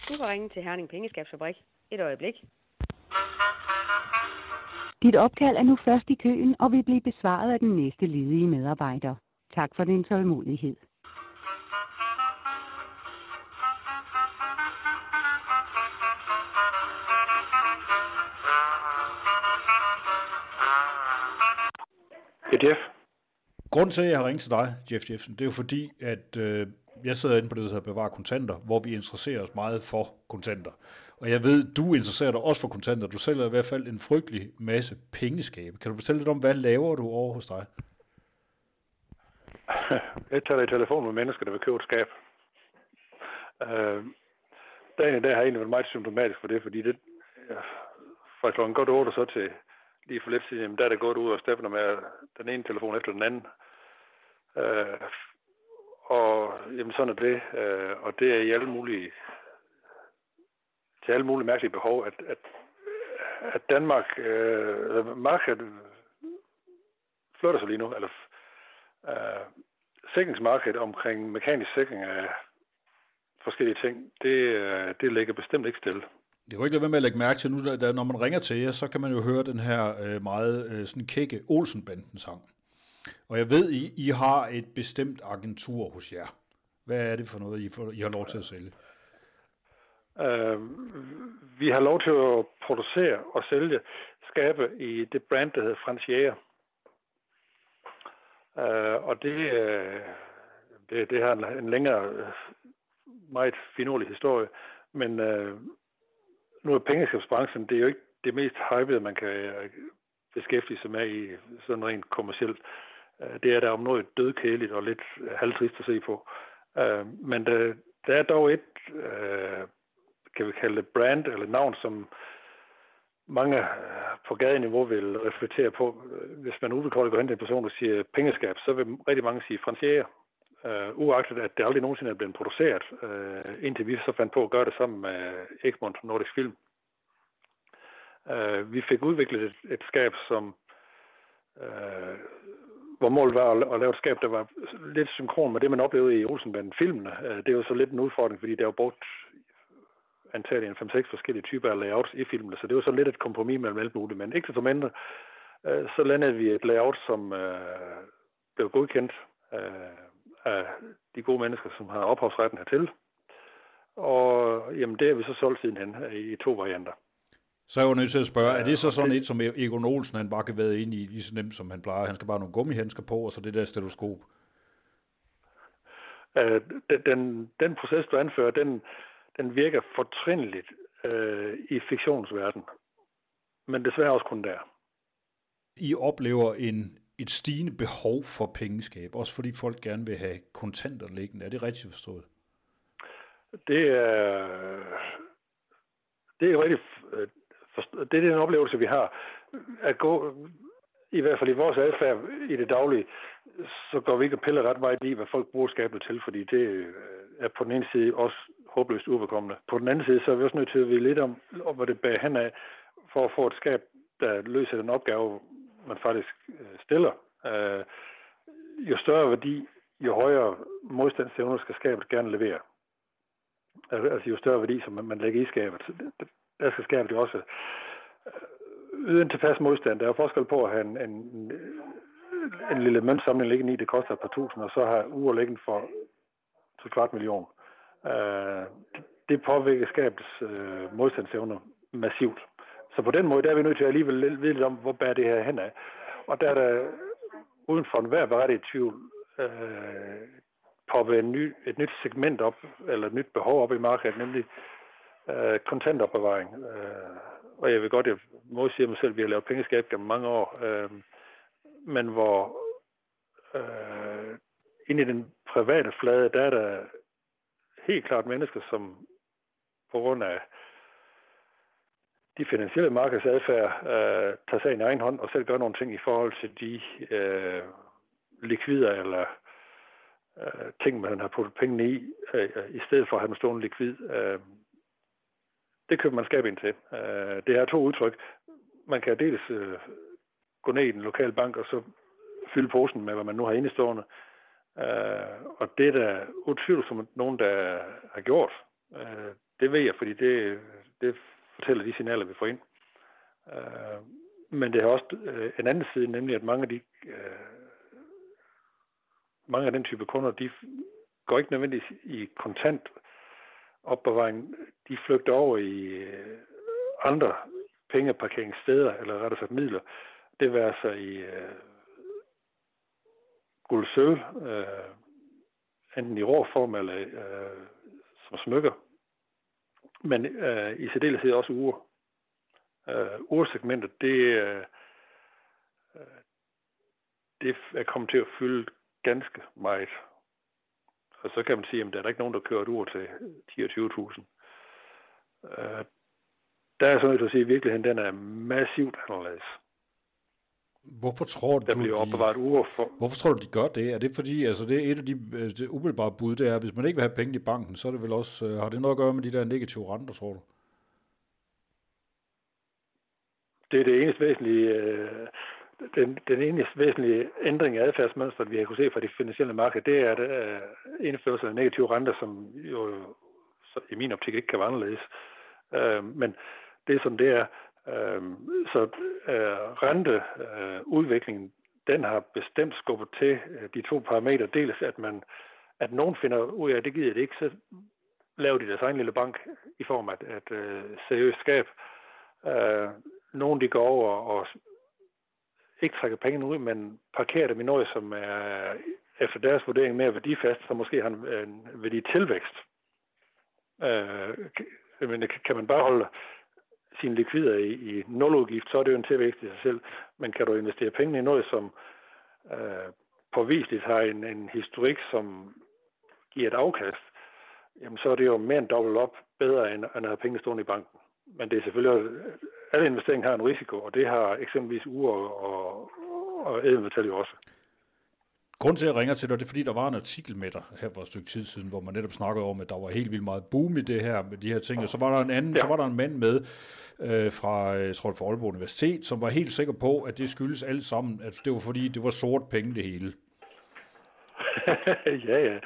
Du har ringet til Herning Pengeskabsfabrik. Et øjeblik. Dit opkald er nu først i køen og vil blive besvaret af den næste ledige medarbejder. Tak for din tålmodighed. Jeff. Grunden til, at jeg har ringet til dig, Jeff Jeffsen, det er jo fordi, at jeg sidder inde på det, der hedder Bevare Kontanter, hvor vi interesserer os meget for kontanter. Og jeg ved, du interesserer dig også for kontanter. Du sælger i hvert fald en frygtelig masse pengeskabe. Kan du fortælle lidt om, hvad laver du over hos dig? Jeg taler i telefon med mennesker, der vil købe et skab. Dagen i dag har egentlig været meget symptomatisk for det, fordi det fra klokken godt 8 og så til lige for lidt siden, der er det gået ud og stævner med den ene telefon efter den anden. Og jamen, sådan er det. Og det er i alle mulige mærkelige behov, at Danmark markedet flytter sig lige nu, eller sikringsmarkedet omkring mekanisk sikring af forskellige ting, det ligger bestemt ikke stille. Det er jo ikke lade være med at lægge mærke til nu, når man ringer til jer, så kan man jo høre den her meget sådan kække Olsen-banden-sang. Og jeg ved, I har et bestemt agentur hos jer. Hvad er det for noget, I har lov til at sælge? Vi har lov til at producere og sælge skabe i det brand, der hedder Franz Jæger. Og det har en længere, meget finurlig historie, men nu er pengeskabsbranchen, det er jo ikke det mest hypede, man kan beskæftige sig med i sådan rent kommercielt. Det er der om noget dødkæligt og lidt halvtrist at se på. Men der er dog et, kan vi kalde det brand eller navn, som mange på gadeniveau vil reflektere på. Hvis man uvilkårligt går hen til en person, der siger pengeskab, så vil rigtig mange sige Franz Jæger. Uagtet at det aldrig nogensinde er blevet produceret, indtil vi så fandt på at gøre det sammen med Egmont Nordisk Film. Vi fik udviklet et skab, som hvor målet var at lave et skab, der var lidt synkron med det, man oplevede i Olsenbanden-filmene. Det er jo så lidt en udfordring, fordi der er jo brugt antageligt 5-6 forskellige typer af layouts i filmene, så det var så lidt et kompromis mellem alt muligt, men ikke så mindre, så landede vi et layout, som blev godkendt af de gode mennesker, som har ophavsretten hertil. Og jamen, det har vi så solgt sidenhen i 2 varianter. Så er jeg jo nødt til at spørge, er det så sådan et, som Egon Olsen, han bare kan være ind i, lige så nemt som han plejer? Han skal bare have nogle gummihandsker på, og så det der stetoskop. Den proces, du anfører, den virker fortrindeligt i fiktionsverdenen, men desværre også kun der. I oplever et stigende behov for pengeskab, også fordi folk gerne vil have kontanter liggende. Er det rigtigt forstået? Det er rigtig. Det er den oplevelse, vi har. At gå, i hvert fald i vores adfærd i det daglige, så går vi ikke og piller ret meget i, hvad folk bruger skabet til, fordi det er på den ene side også håbløst ubekommende. På den anden side, så er vi også nødt til at vide lidt om hvad det bærer hen af, for at få et skab, der løser den opgave, man faktisk stiller. Jo større værdi, jo højere modstandsevne skal skabet gerne levere. Altså jo større værdi, som man lægger i skabet. Der skal skabet jo også yde en tilpas modstand. Der er forskel på at have en lille møntsamling liggende i, det koster et par tusind, og så har uger liggende for 250.000. Det påvirker skabets modstandsevner massivt. Så på den måde, der er vi nødt til at alligevel vide lidt om, hvor bærer det her hen af. Og der er der uden for enhver berettiget tvivl poppet et nyt segment op, eller et nyt behov op i markedet, nemlig kontantopbevaring. Og jeg vil godt, jeg modsige mig selv, at vi har lavet pengeskab gennem mange år, men hvor inde i den private flade, der er der helt klart mennesker, som på grund af de finansielle markedsadfærd tager sig i egen hånd og selv gør nogle ting i forhold til de likvider eller ting, man har puttet pengene i stedet for at have den stående likvid. Det køber man skab ind til. Det er 2 udtryk. Man kan dels gå ned i den lokale bank og så fylde posen med, hvad man nu har indestående. Og det er der utvivlsomt nogen, der har gjort. Det ved jeg, fordi det fortæller de signaler, vi får ind. Men det har også en anden side, nemlig at mange af den type kunder, de går ikke nødvendigvis i kontant opbevaring. De flygter over i andre pengeparkeringssteder, eller rettere sagt midler. Det vil altså i guld-sølv, enten i rå form eller som smykker. Men i særdeleshed også ure. Uresegmentet, det er kommet til at fylde ganske meget. Og så kan man sige, at der er ikke nogen, der kører et ur til 10-20.000. Der er sådan noget at sige, at virkeligheden den er massivt anderledes. Hvorfor tror der bliver opbevaret ure for... Hvorfor tror du, de gør det? Er det fordi, altså det er et af de umiddelbare bud, det er, hvis man ikke vil have penge i banken, så er det vel også, har det noget at gøre med de der negative renter, tror du? Det er det eneste væsentlige, den eneste væsentlige ændring af adfærdsmønstret, vi har kunne se fra de finansielle markeder, det er at indførelse af negative renter, som jo i min optik ikke kan være anderledes. Men det som det er, så renteudviklingen, den har bestemt skubbet til de to parametre. Dels at nogen finder ud af, at det gider det ikke, så laver de deres egen lille bank i form af et seriøst skab. Nogen de går over og ikke trækker pengene ud, men parkerer dem i noget, som er efter deres vurdering mere værdifast, så måske har en værditilvækst. Men kan man bare holde sine likvider i nuludgift, så er det jo en tilvækst i sig selv. Men kan du investere pengene i noget, som påviseligt har en historik, som giver et afkast, jamen så er det jo mere end dobbelt op bedre, end at have pengene stående i banken. Men det er selvfølgelig, alle investeringer har en risiko, og det har eksempelvis ure og ædelmetal jo også. Grunden til, at jeg ringer til dig, det er, fordi der var en artikel med dig her for et stykke tid siden, hvor man netop snakkede om, at der var helt vildt meget boom i det her, med de her ting, og så var der en anden, så var der en mand med fra, jeg tror, fra Aalborg Universitet, som var helt sikker på, at det skyldes alt sammen, at det var fordi, det var sort penge det hele. Ja.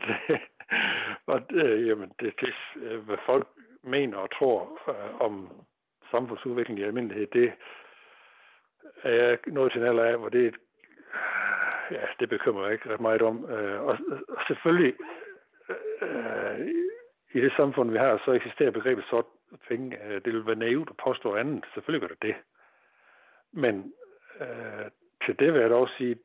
Jamen, det hvad folk mener og tror om samfundsudvikling i almindelighed, det er noget til en alder af, hvor det bekymrer jeg ikke ret meget om. Og selvfølgelig, i det samfund, vi har, så eksisterer begrebet sort penge. Det vil være naivt at påstå andet. Selvfølgelig gør det det. Men til det vil jeg dog sige,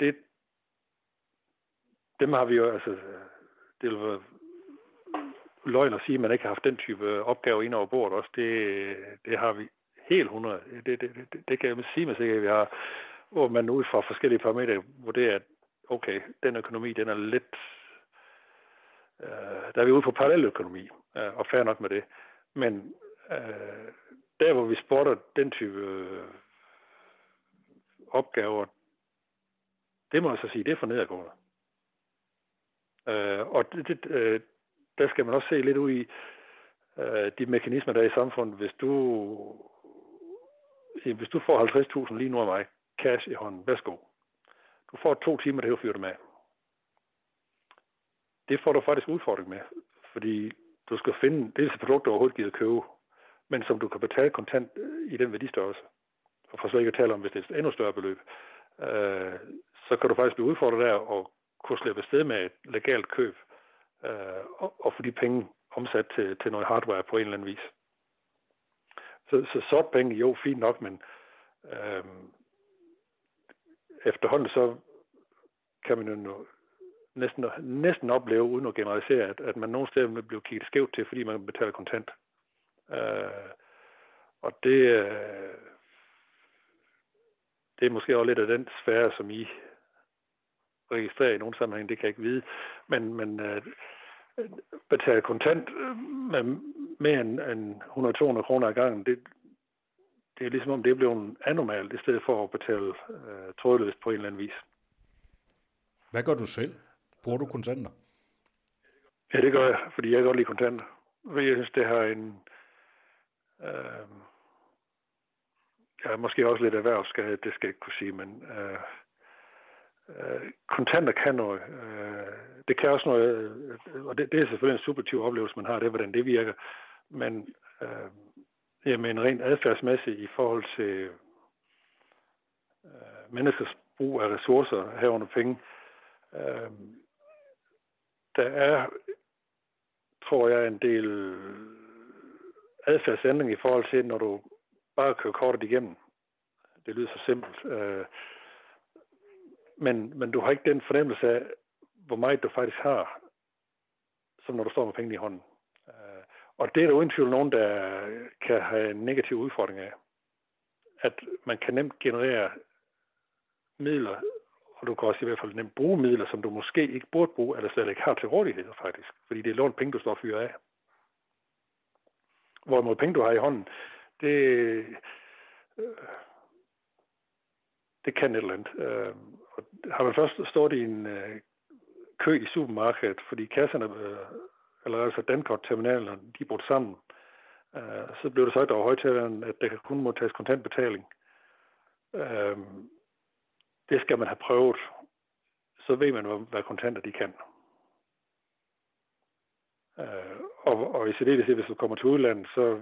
dem har vi jo, altså, det vil være løgn at sige, at man ikke har haft den type opgave ind over bordet også. Det har vi helt 100. Det kan jeg sige med sikkerhed, at vi har, hvor man ud fra forskellige parametre vurderer, at okay, den økonomi, den er lidt... der er vi ude på paralleløkonomi, og fair nok med det. Men der, hvor vi spotter den type opgaver, det må jeg så sige, det er for nedadgående. Og der skal man også se lidt ud i de mekanismer, der er i samfundet. Hvis du får 50.000 lige nu af mig, cash i hånden, værsgo. Du får 2 timer, det fyrer dig med. Det får du faktisk udfordring med, fordi du skal finde dels et produkt, du overhovedet gider købe, men som du kan betale kontant i den værdistørrelse. Og for slet ikke at tale om, hvis det er et endnu større beløb, så kan du faktisk blive udfordret der og kunne slippe afsted med et legalt køb og få de penge omsat til noget hardware på en eller anden vis. Så sort penge, jo, fint nok, men efterhånden så kan man jo næsten opleve, uden at generalisere, at man nogle steder vil blive kigget skævt til, fordi man betaler kontant. Og det er måske også lidt af den sfære, som I registrerer i nogle sammenhæng, det kan jeg ikke vide. Men betale kontant med mere end 100-200 kroner ad gangen, det er ligesom om det er blevet anormalt, i stedet for at betale trådløst på en eller anden vis. Hvad gør du selv? Bruger du kontanter? Ja, det gør jeg, fordi jeg kan godt lide kontanter. Jeg synes, det har en... måske også lidt erhvervsskade, det skal jeg ikke kunne sige, men kontanter kan noget. Det kan også noget, og det er selvfølgelig en subjektiv oplevelse, man har det, hvordan det virker. Men men rent adfærdsmæssigt i forhold til menneskers brug af ressourcer herunder penge, der er, tror jeg, en del adfærdsændring i forhold til, når du bare kører kortet igennem. Det lyder så simpelt. Men du har ikke den fornemmelse af, hvor meget du faktisk har, som når du står med pengene i hånden. Og det er der uden tvivl nogen, der kan have en negativ udfordring af. At man kan nemt generere midler, og du kan også i hvert fald nemt bruge midler, som du måske ikke burde bruge, eller slet ikke har til rådighed faktisk. Fordi det er lånt penge, du står og fyrer af. Hvorimod penge, du har i hånden, det kan et eller andet. Og har man først stået i en kø i supermarkedet, fordi kasserne, eller altså Dankort-terminalerne, de er brudt sammen, så blev det sagt over højtaleren, at der kan kun modtages kontantbetaling. Det skal man have prøvet. Så ved man, hvad kontanter de kan. Og i særdeleshed, hvis du kommer til udlandet, så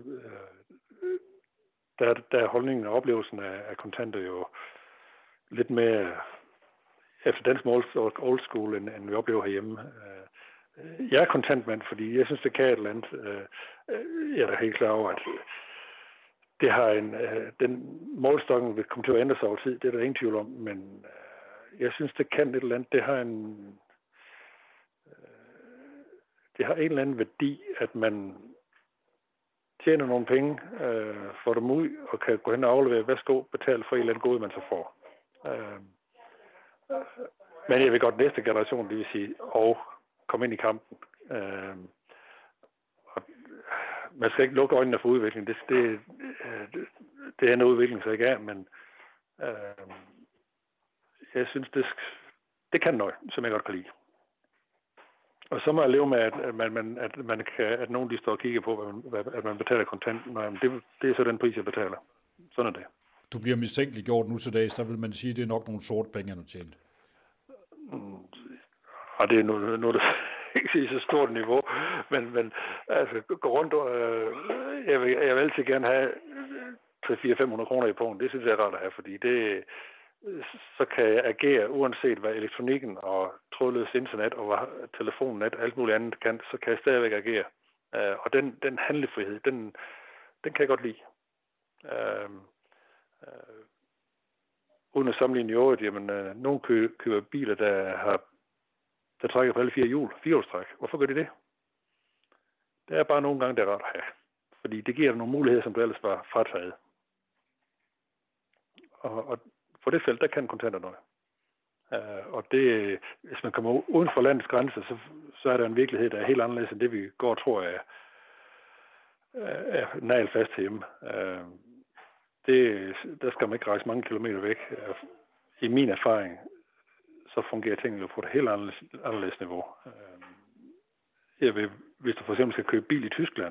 der er holdningen og oplevelsen af kontanter jo lidt mere efter dansk old school, end vi oplever herhjemme. Jeg er kontantmand, fordi jeg synes, det kan et eller andet. Jeg er da helt klar over, at det har den målstokken vil komme til at ændre sig over tid. Det er der ingen tvivl om, men jeg synes, det kan et eller andet. Det har en eller anden værdi, at man tjener nogle penge, får dem ud og kan gå hen og aflevere, værsgo, betale for en eller anden gode, man så får. Men jeg vil godt næste generation, det vil sige, komme ind i kampen. Og man skal ikke lukke øjnene for udvikling. Det er en udvikling, så ikke er, men jeg synes, det kan noget, som jeg godt kan lide. Og så må jeg leve med, at nogen de står og kigger på, at man betaler kontant. Det er så den pris, jeg betaler. Sådan er det. Du bliver mistænkeliggjort nu til dags, der vil man sige, at det er nok nogle sorte penge, han har tjent. Og det er noget ikke i så stort niveau, men altså gå rundt og jeg vil altid gerne have 300-400-500 kroner i pungen. Det synes jeg er rart at have, fordi så kan jeg agere, uanset hvad elektronikken og trådløs internet og hvad telefonen, net, alt muligt andet kan, så kan jeg stadigvæk agere. Og den handlefrihed, den kan jeg godt lide. Uden at sammenligne i øvrigt, jamen, nogen køber biler, der trækker på alle 4 hjul, 4-hjulstræk. Hvorfor gør de det? Det er bare nogle gange, det er rart at have. Fordi det giver nogle muligheder, som du ellers var frataget. Og på det felt, der kan kontanter noget. Og det, hvis man kommer uden for landets grænser, så er der en virkelighed, der er helt anderledes end det, vi går og tror er naglet fast hjemme. Der skal man ikke rejse mange kilometer væk. I min erfaring, så fungerer tingene jo på et helt anderledes niveau. Hvis du for eksempel skal købe bil i Tyskland,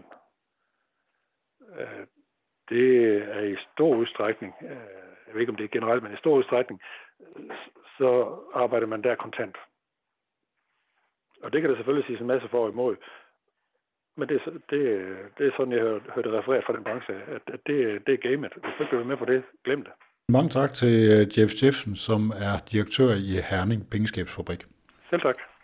det er i stor udstrækning, jeg ved ikke om det er generelt, men i stor udstrækning, så arbejder man der kontant. Og det kan der selvfølgelig sige en masse for og imod. Men det er sådan, jeg hørte refereret fra den branche, at det er gamet. Hvis du ikke vil med på det, glem det. Mange tak til Jeff Jeffsen, som er direktør i Herning Pengeskabsfabrik. Selv tak.